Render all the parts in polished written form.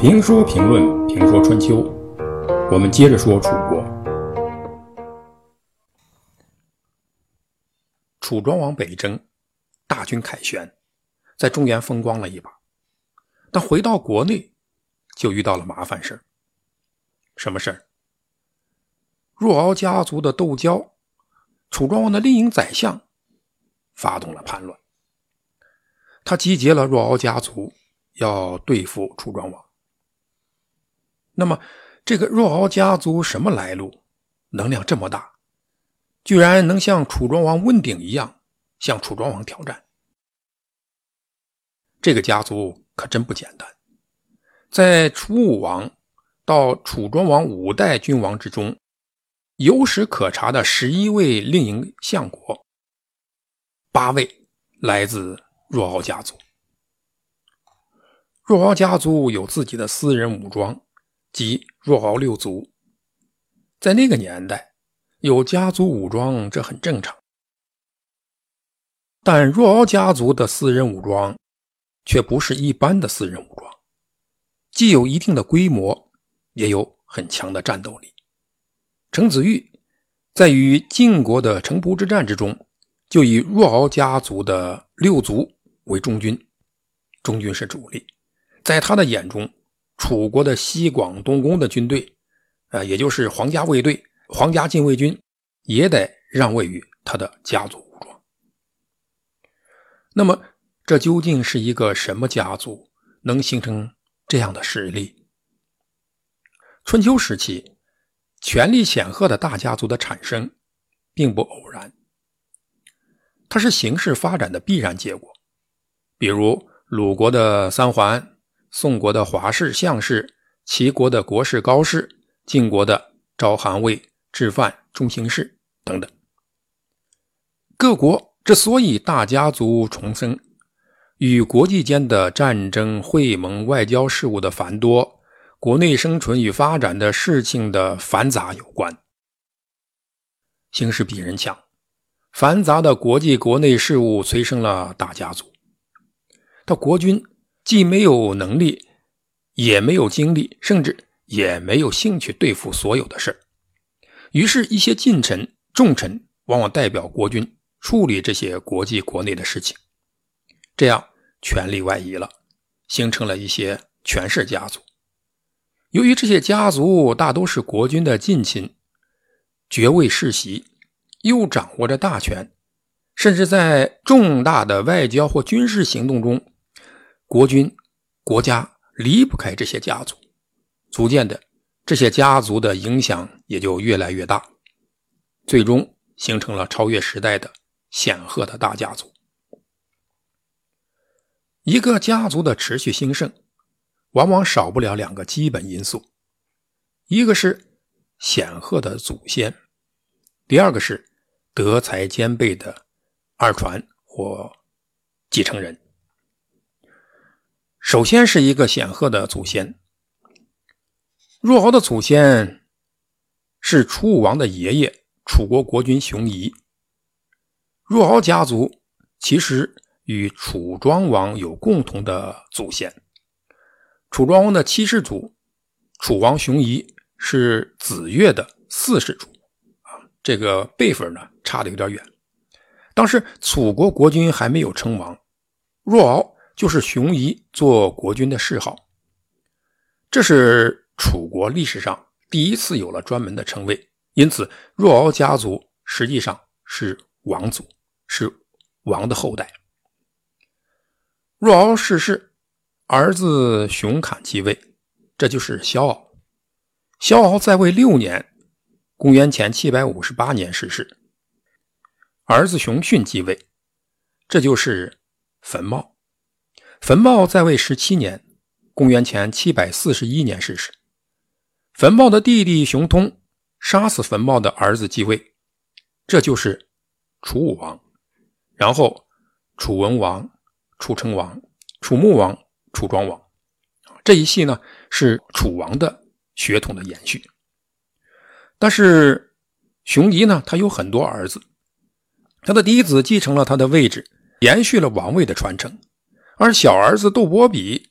评书评论评说春秋，我们接着说楚国。楚庄王北征，大军凯旋，在中原风光了一把，但回到国内就遇到了麻烦事。什么事儿？若敖家族的斗椒，楚庄王的另一宰相发动了叛乱，他集结了若敖家族要对付楚庄王。那么这个若敖家族什么来路，能量这么大，居然能像楚庄王问鼎一样向楚庄王挑战？这个家族可真不简单，在楚武王到楚庄王5代君王之中，有史可查的11位令尹相国，8位来自若敖家族。若敖家族有自己的私人武装，即若敖六族。在那个年代，有家族武装这很正常。但若敖家族的私人武装却不是一般的私人武装，既有一定的规模，也有很强的战斗力。程子玉在与晋国的城濮之战之中，就以若敖家族的六族为中军，中军是主力。在他的眼中，楚国的西广东宫的军队，也就是皇家卫队、皇家禁卫军，也得让位于他的家族武装。那么这究竟是一个什么家族能形成这样的实力？春秋时期，权力显赫的大家族的产生并不偶然，它是形势发展的必然结果。比如鲁国的三桓，宋国的华氏、项氏，齐国的国氏、高氏，晋国的昭、韩、魏、智、范、中行氏等等。各国之所以大家族重生，与国际间的战争、会盟、外交事务的繁多，国内生存与发展的事情的繁杂有关。形势比人强，繁杂的国际国内事务催生了大家族。他国君既没有能力，也没有精力，甚至也没有兴趣对付所有的事。于是一些近臣、重臣往往代表国君处理这些国际国内的事情，这样权力外移了，形成了一些权势家族。由于这些家族大都是国君的近亲，爵位世袭，又掌握着大权，甚至在重大的外交或军事行动中，国君、国家离不开这些家族，逐渐的，这些家族的影响也就越来越大，最终形成了超越时代的显赫的大家族。一个家族的持续兴盛，往往少不了2个基本因素，一个是显赫的祖先，第二个是德才兼备的二传或继承人。首先是一个显赫的祖先。若敖的祖先是楚武王的爷爷，楚国国君熊仪。若敖家族其实与楚庄王有共同的祖先。楚庄王的7世祖楚王熊仪是子越的4世祖，这个辈分呢差得有点远。当时楚国国君还没有称王，若敖就是熊仪做国君的谥号。这是楚国历史上第一次有了专门的称谓，因此若敖家族实际上是王族，是王的后代。若敖逝世，儿子熊侃继位，这就是萧敖。萧敖在位6年，公元前758年逝世。儿子熊逊继位，这就是坟茂。坟茂在位17年，公元前741年逝世。坟茂的弟弟熊通杀死坟茂的儿子继位，这就是楚武王。然后楚文王、楚成王、楚穆王、楚庄王，这一系呢是楚王的血统的延续。但是熊仪呢，他有很多儿子，他的嫡子继承了他的位置，延续了王位的传承。而小儿子窦伯比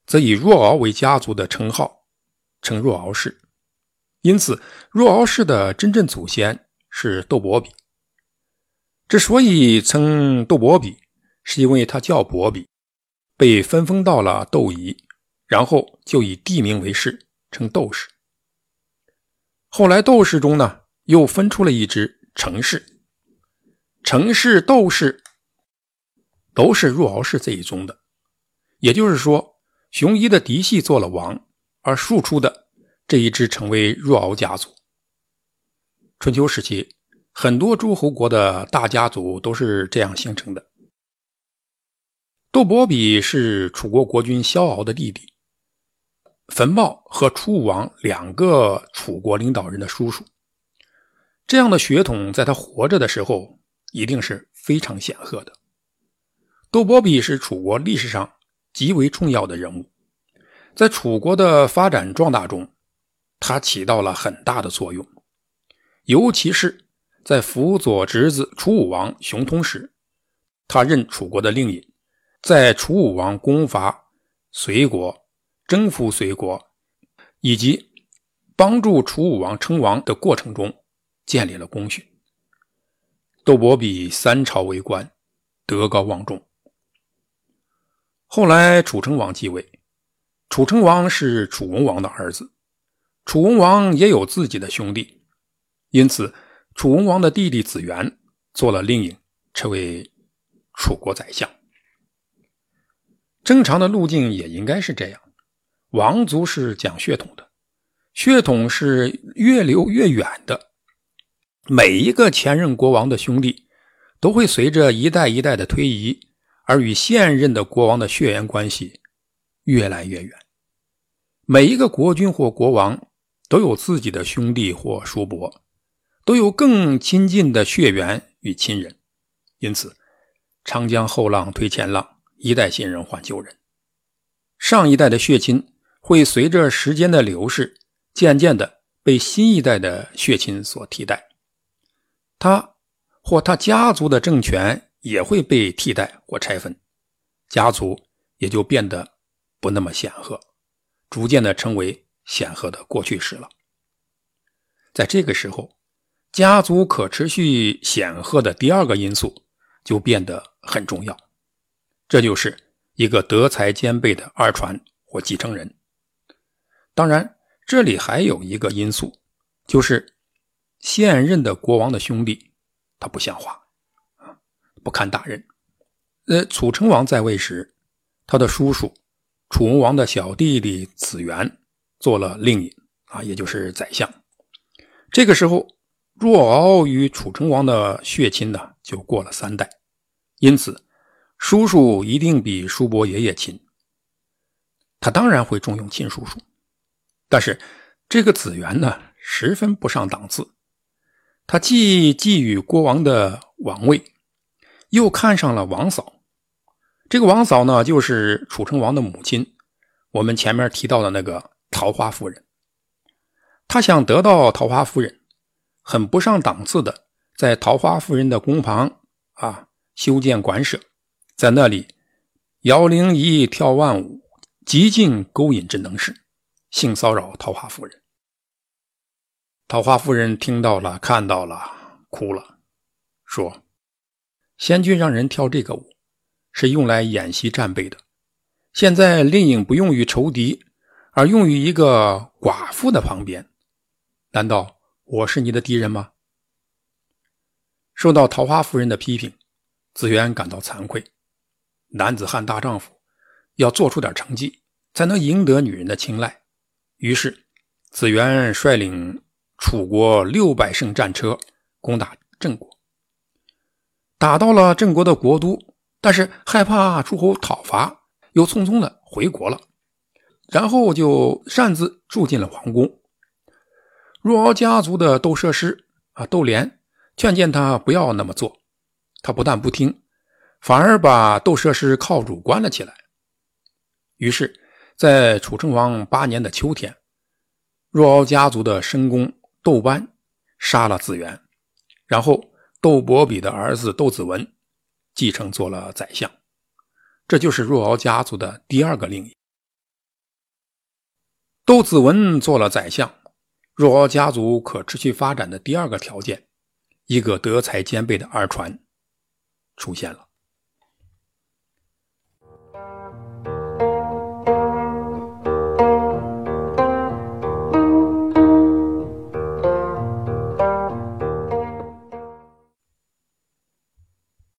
则以若敖为家族的称号，称若敖氏。因此若敖氏的真正祖先是窦伯比。之所以称窦伯比，是因为他叫伯比，被分封到了窦夷，然后就以地名为氏，称窦氏。后来窦氏中呢，又分出了一支程氏，程氏、窦氏都是若敖氏这一宗的。也就是说，熊夷的嫡系做了王，而庶出的这一支成为若敖家族。春秋时期，很多诸侯国的大家族都是这样形成的。窦伯比是楚国国君萧敖的弟弟，樊茂和楚武王两个楚国领导人的叔叔。这样的血统在他活着的时候一定是非常显赫的。窦伯比是楚国历史上极为重要的人物，在楚国的发展壮大中，他起到了很大的作用。尤其是在辅佐侄子楚武王熊通时，他任楚国的令尹，在楚武王攻伐隋国、征服隋国以及帮助楚武王称王的过程中建立了功勋。窦伯比3朝为官，德高望重。后来楚成王继位，楚成王是楚文王的儿子，楚文王也有自己的兄弟，因此楚文王的弟弟子元做了令尹，成为楚国宰相。正常的路径也应该是这样，王族是讲血统的，血统是越流越远的，每一个前任国王的兄弟都会随着一代一代的推移，而与现任的国王的血缘关系越来越远。每一个国君或国王都有自己的兄弟或叔伯，都有更亲近的血缘与亲人，因此长江后浪推前浪，一代新人换旧人。上一代的血亲会随着时间的流逝，渐渐的被新一代的血亲所替代，他或他家族的政权也会被替代或拆分，家族也就变得不那么显赫，逐渐的成为显赫的过去式了。在这个时候，家族可持续显赫的第二个因素就变得很重要，这就是一个德才兼备的二传或继承人。当然，这里还有一个因素，就是现任的国王的兄弟他不像话，不堪大任。楚成王在位时，他的叔叔楚文王的小弟弟子元做了令尹，也就是宰相。这个时候，若敖与楚成王的血亲呢就过了3代，因此叔叔一定比叔伯爷爷亲，他当然会重用亲叔叔。但是这个子元呢十分不上档次，他既觊觎国王的王位，又看上了王嫂。这个王嫂呢就是楚成王的母亲，我们前面提到的那个桃花夫人。他想得到桃花夫人，很不上档次的在桃花夫人的宫旁修建馆舍，在那里摇铃仪跳万舞，极尽勾引之能事，性骚扰桃花夫人。桃花夫人听到了，看到了，哭了，说先君让人跳这个舞是用来演习战备的，现在令尹不用于仇敌，而用于一个寡妇的旁边，难道我是你的敌人吗？受到桃花夫人的批评，子元感到惭愧，男子汉大丈夫要做出点成绩，才能赢得女人的青睐。于是子元率领楚国600乘战车攻打郑国，打到了郑国的国都，但是害怕诸侯讨伐，又匆匆的回国了，然后就擅自住进了皇宫。若敖家族的窦摄师窦廉劝谏他不要那么做，他不但不听，反而把窦摄师铐住关了起来。于是在楚成王8年的秋天，若敖家族的申公窦班杀了子元，然后窦伯比的儿子窦子文继承做了宰相。这就是若敖家族的第2个令尹。 窦子文做了宰相，若家族可持续发展的第二个条件，一个德才兼备的二传出现了。